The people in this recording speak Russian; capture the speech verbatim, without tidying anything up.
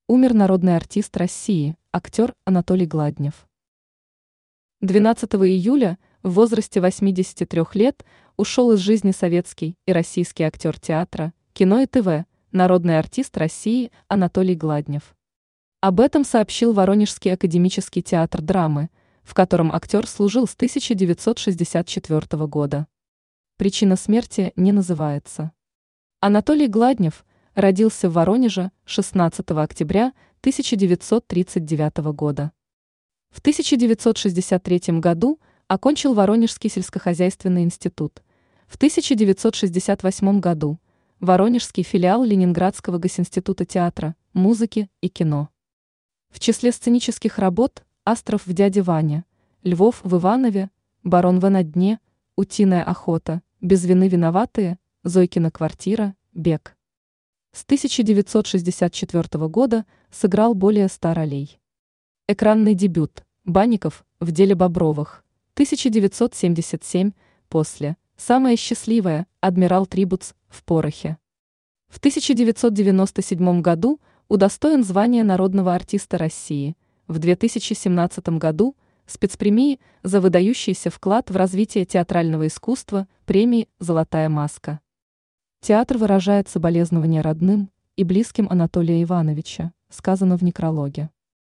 Умер народный артист России, актер Анатолий Гладнев. двенадцатого июля в возрасте восьмидесяти трёх лет ушел из жизни советский и российский актер театра, кино и ТВ, народный артист России Анатолий Гладнев. Об этом сообщил Воронежский академический театр драмы, в котором актер служил с тысяча девятьсот шестьдесят четвёртого года. Причина смерти не называется. Анатолий Гладнев родился в Воронеже шестнадцатого октября тысяча девятьсот тридцать девятого года. В тысяча девятьсот шестьдесят третьем году окончил Воронежский сельскохозяйственный институт. В тысяча девятьсот шестьдесят восьмом году Воронежский филиал Ленинградского госинститута театра, музыки и кино. В числе сценических работ «Астров в дяде Ване», «Львов в Иванове», «Барон В на дне», «Утиная охота», «Без вины виноватые», «Зойкина квартира», «Бег». С тысяча девятьсот шестьдесят четвёртого года сыграл более ста ролей. Экранный дебют «Банников» в деле Бобровых, тысяча девятьсот семьдесят семь, после «Самая счастливая» «Адмирал Трибуц» в Порохе. В тысяча девятьсот девяносто седьмом году удостоен звания народного артиста России, в две тысячи семнадцатом году спецпремии за выдающийся вклад в развитие театрального искусства премии «Золотая маска». Театр выражает соболезнования родным и близким Анатолия Ивановича, сказано в некрологе.